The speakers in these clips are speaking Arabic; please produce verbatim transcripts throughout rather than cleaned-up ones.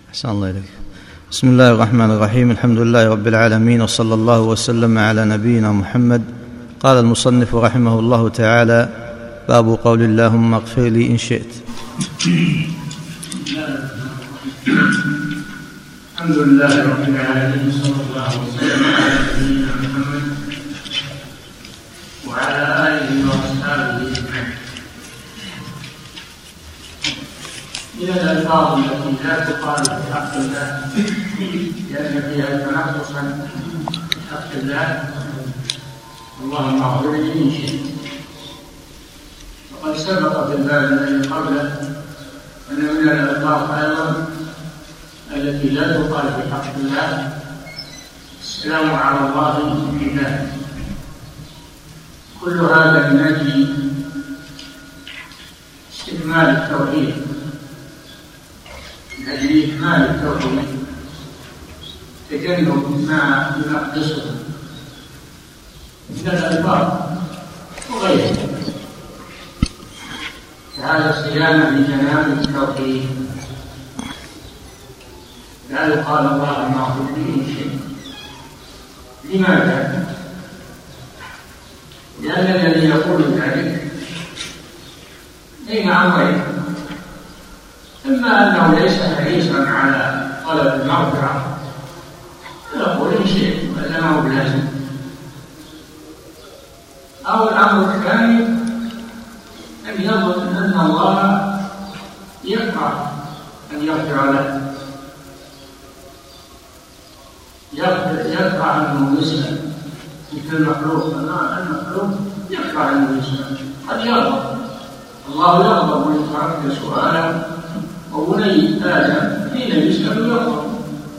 أحسن الله إليك. بسم الله الرحمن الرحيم. الحمد لله رب العالمين، وصلى الله وسلم على نبينا محمد. قال المصنف رحمه الله تعالى: باب قول اللهم اغفر لي إن شئت. الحمد لله رب العالمين، صلى الله وسلم على نبينا محمد وعلى آله وأصحابه أجمعين. من الألفاظ التي لا تقال في حق الله لأن فيها تنقصا في حق الله: اللهم اغفر لي إن شئت. وقد سبق في الباب الذي قبله أن من الألفاظ أيضا التي لا تقال في حق الله السلام على الله بالله. كل هذا من أجل استكمال التوحيد، من أجل إكمال التوحيد، تجنب ما ينقصه من الألفاظ وغيره. فهذا صيانة لجناب التوحيد، لا يقال اللهم اغفر لي إن شئت. لماذا؟ لأن الذي يقول ذلك بين أمرين: إما أنه ليس حريصا على طلب المغفرة فيقول إن شئت وإلا ما هو بلازم، أو الأمر الثاني أن يظن أن الله يكره أن يغفر له، يكره أنه يسأل مثل المخلوق. المخلوق يكره أنه يسأل، قد يغضب، الله يغضب من ترك سؤاله، وبني آدم حين يسأل يغضب.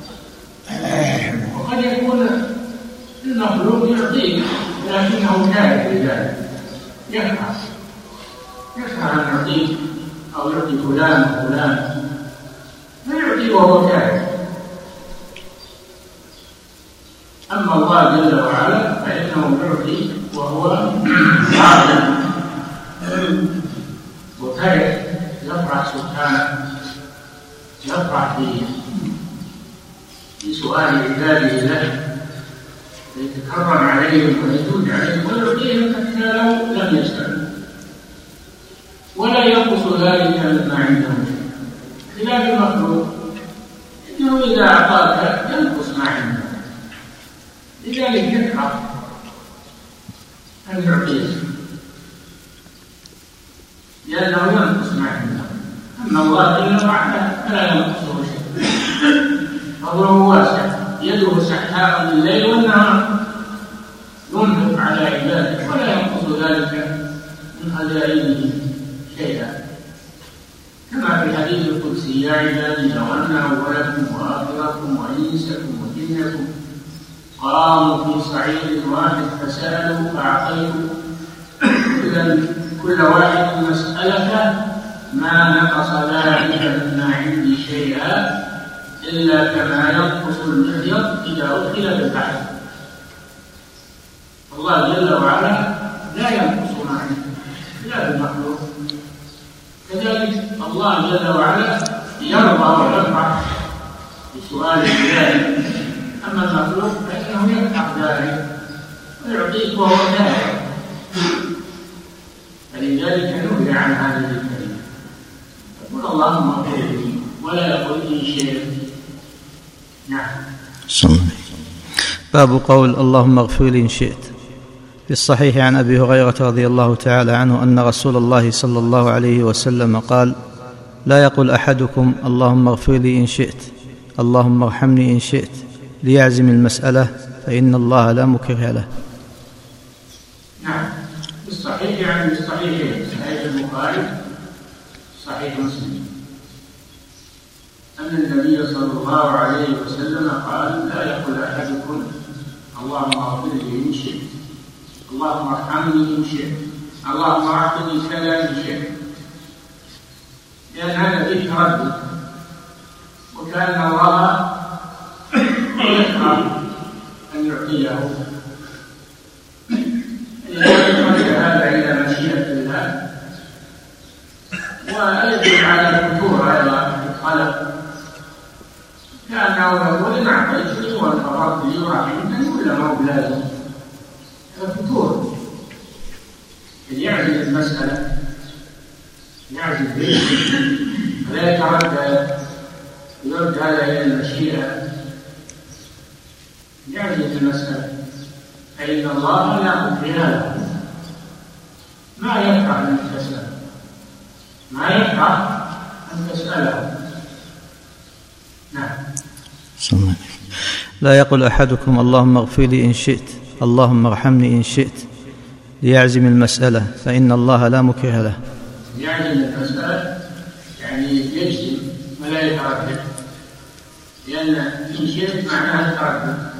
وقد يكون المخلوق يعطيك لكنه كاره لذلك، يكره يكره أن يعطيك أو يعطي فلان وفلان، لا يعطي وهو كاره. أما الله جل وعلا فإنه يعطي وهو راض وفرح، يفرح سبحانه، يفرح في سؤال عباده له، يتكرم عليهم ويجود عليهم ويعطيهم حتى لو لم يسألوا، ولا ينقص ذلك مما عندهم. خلاف المخلوق إنه إذا أعطاك ينقص ما عنده، لذلك يكره أن يعطيك لأنه ينقص ما عنده. أما الله جل وعلا فلا ينقصه شيء، فهو واسع، يده سحاء بالليل والنهار، ينفق على عباده ولا ينقص ذلك من خزائنه شيئا. كما في الحديث القدسي: يا عبادي لو أن أولكم وآخركم وإنسكم وجنكم قاموا في صعيد واحد فسألوا فأعطيت كل واحد مسألته ما نقص ذلك مما عندي شيئا إلا كما ينقص المخيط إذا أدخل بالبحر. الله جل وعلا لا ينقص ما عنده، لا بالمخلوق. كذلك الله جل وعلا يرضى ويفرح بسؤال ذلك، أما المخلوق فإنه يفرح ذلك ويعطيك وهو كاره. فلذلك نهي عن هذه الكلمة، يقول اللهم اغفر لي ولا يقول إن شئت. نعم. باب قول اللهم اغفر لي إن شئت. في الصحيح عن أبي هريرة رضي الله تعالى عنه أن رسول الله صلى الله عليه وسلم قال: لا يقل أحدكم اللهم اغفر لي إن شئت، اللهم ارحمني إن شئت، ليعزم المسألة فإن الله لا مكره له. نعم. في الصحيح يعني في الصحيحين، صحيح البخاري صحيح مسلم، أن النبي صلى الله عليه وسلم قال: لا يقل أحدكم اللهم اغفر لي إن شئت، اللهم ارحمني إن شئت، اللهم أعطني كذا إن شئت، لأن هذا فيه تردد، وكأن الله يكره أن يعطيه. لذلك هذا إلى مشيئة الله، ويدل على الفتور أيضا في الخلق كأنه يقول إن أعطيتني وانفرضت لي ورحمتني ولا ما هو بلازم. هذا فتور يعزل المسألة، يعزل به ولا يتردد، يرد هذا إلى المشيئة، يعزل المسألة. فإن الله لا مكره له، ما يكره أن تسأله، ما يكره أن تسأله. نعم. لا يقول أحدكم اللهم اغفر لي إن شئت، اللهم ارحمني إن شئت، ليعزم المسألة، فإن الله لا مكره له. يعزم المسألة يعني يجزم ولا يتردد، لأن إن شئت معناها التردد.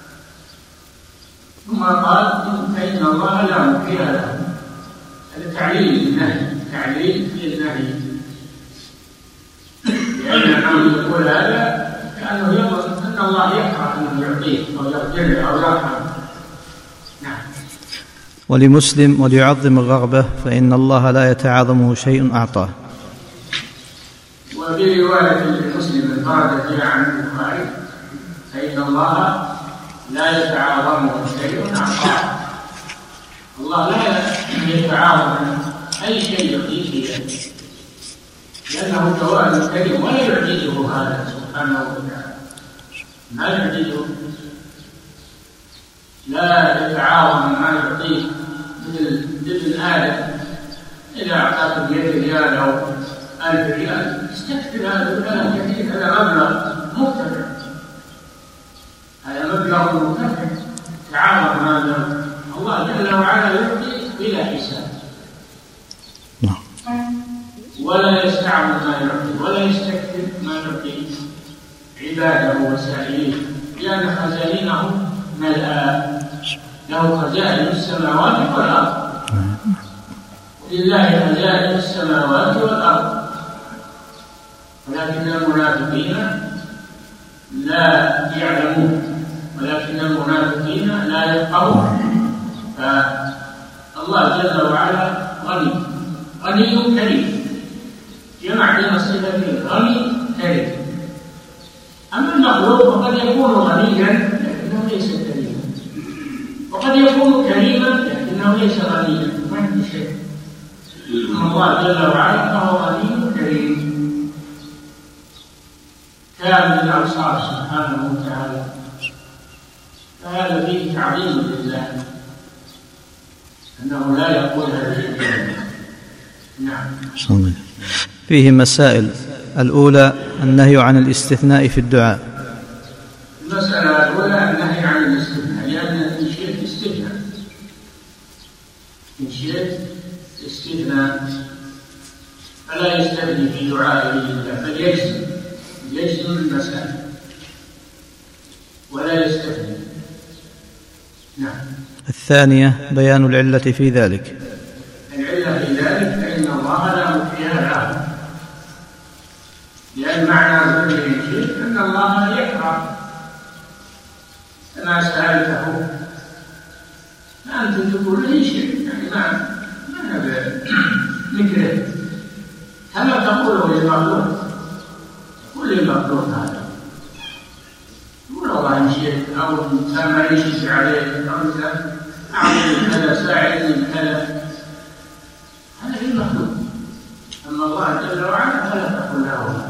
ثم قال فإن الله لا مكره له، هذا تعليل للنهي، تعليل للنهي، لأن العبد يقول هذا كأنه يظن أن الله يكره أنه يعطيه أو يغفر أو يرحمه. نعم. ولمسلم وليعظم الرغبة فإن الله لا يتعاظمه شيء أعطاه. وفي رواية لمسلم انفرد فيها عن البخاري فإن الله لا يتعاظمه شيء أعطاه. الله لا يتعاظم أي شيء يعطيه لأنه جواد كريم ولا يعجزه هذا سبحانه وتعالى، ما يعجزه، لا يتعاظم ما يعطيه. مثل ابن آدم إذا أعطاك بيد ريال أو ألف ريال استكثر، هذا المال كثير، هذا مبلغ مرتفع، هذا مبلغ مرتفع، تعاظم هذا. الله جل وعلا يعطي بلا حساب ولا يستعمل ما يعطي ولا يستكثر ما يعطي عباده وسائليه، لأن خزائنه ملأى، له خزائن السماوات والأرض، لله خزائن السماوات والأرض، ولكن المنافقين لا يعلمون، ولكن المنافقين لا يفقهون. فالله جل وعلا غني، غني كريم، جمع بين الصفتين غني كريم. أما المخلوق فقد يكون غنيا لكنه ليس كريما، وقد يكون كريما لكنه ليس غنيا، ما عنده شيء. أما الله جل وعلا فهو غني كريم كامل الأبصار سبحانه وتعالى، فهذا فيه تعظيم لله أنه لا يقول هذه الكلمة. نعم. فيه مسائل. الأولى النهي عن الاستثناء في الدعاء. المسألة الأولى النهي عن الاستثناء، لأن إن شئت استثناء، إن شئت استثناء فلا يستثني في دعائه لله، بل يجزم يجزم المسألة ولا يستثني. نعم. الثانية بيان العلة في ذلك. العلة في ذلك فإن الله لا مكره له، لأن معنى كل شيء أن الله يكره كما سألته، فأنت تقول أي شيء يعني ما ما نكره، كما تقوله للمخلوق، تقول للمخلوق هذا، تقول والله إن شئت، أو إنسان ما يشفي عليه، أو إنسان أعطني كذا، ساعدني بكذا، هذا للمخلوق. أما الله جل وعلا فلا تقل له هذا.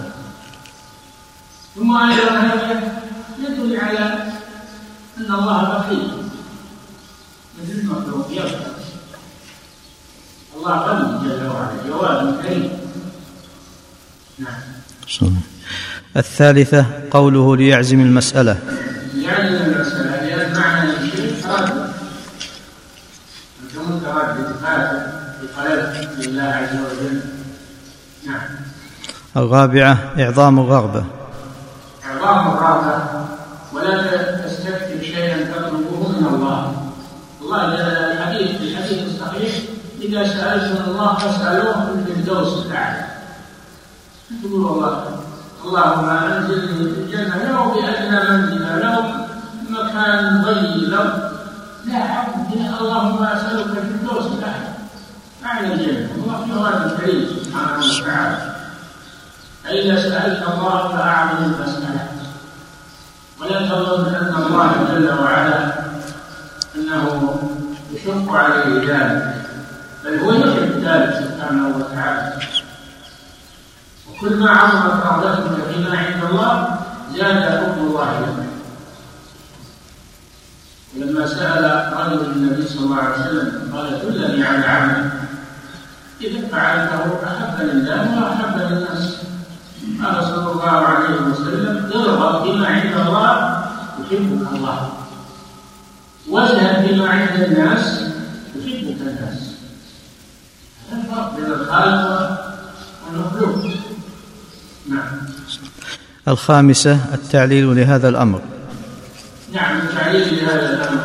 ثم أيضا هذا يدل على أن الله بخيل مثل المخلوق يبخل، الله غني جل وعلا جواد كريم. نعم. الثالثة قوله ليعزم المسألة. ليعزم المسألة لأن معنى الشيء تردد، أنت متردد فاتح بقلبك لله عز وجل. نعم. الرابعة إعظام الرغبة. إعظام الرغبة، ولا تستكثر شيئا تطلبه من الله. الله جل الحديث في الحديث الصحيح إذا سألتم الله فاسألوه في الفردوس الأعلى. تقول والله اللهم أنزلني في الجنة لو بأدنى منزل، لو مكان ضيق، لو لا حق اللهم أسألك في الفردوس الأعلى أعلى الجنة. الله جواد الكريم سبحانه وتعالى. فإذا سألت الله فأعظم المسألة، كل ما عظمت رغبتك فيما عند الله زاد حب الله لك. ولما سأل رجل النبي صلى الله عليه وسلم قال دلني على عمل إذا فعلته أحبني الله وأحبني الناس. قال صلى الله عليه وسلم ارغب بما عند الله يحبك الله، وازهد بما عند الناس يحبك الناس. هذا الفرق بين الخالق والمخلوق. نعم. الخامسة التعليل لهذا الأمر. نعم، التعليل لهذا الأمر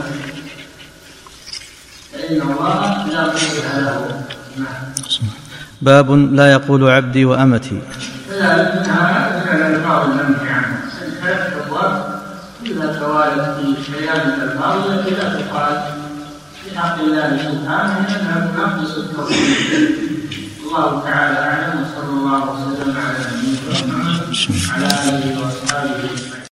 فإن الله لا قدر له. نعم. باب لا يقول عبدي وأمتي. كذلك منها من الألفاظ المنهي عنها. ثلاث أبواب كلها توالت في بيان الألفاظ التي لا تقال في حق الله سبحانه لأنها تنقص التوحيد. الله تعالى أعلم، وصلى الله وسلم على نبينا محمد وعلى آله وأصحابه.